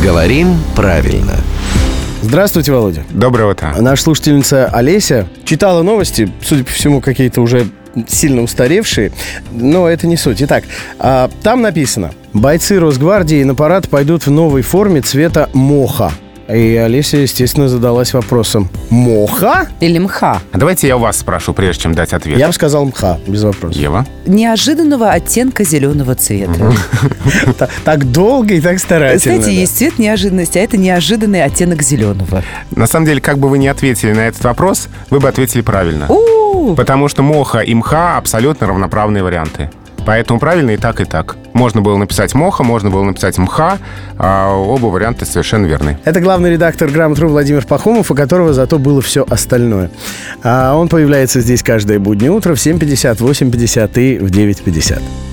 Говорим правильно. Здравствуйте, Володя. Доброе утро. Наша слушательница Олеся читала новости, судя по всему, какие-то уже сильно устаревшие, но это не суть. Итак, там написано: бойцы Росгвардии на парад пойдут в новой форме цвета моха. И Олеся, естественно, задалась вопросом: моха? Или мха? А давайте я у вас спрошу, прежде чем дать ответ. Я бы сказал мха, без вопросов. Ева? Неожиданного оттенка зеленого цвета. Так долго и так старательно. Знаете, есть цвет неожиданности, а это неожиданный оттенок зеленого. На самом деле, как бы вы ни ответили на этот вопрос, вы бы ответили правильно. Потому что моха и мха абсолютно равноправные варианты. Поэтому правильно и так, и так. Можно было написать моха, можно было написать мха. Оба варианта совершенно верны. Это главный редактор «Грамотру» Владимир Пахомов, у которого зато было все остальное. Он появляется здесь каждое буднее утро в 7:50, 8:50 и в 9:50.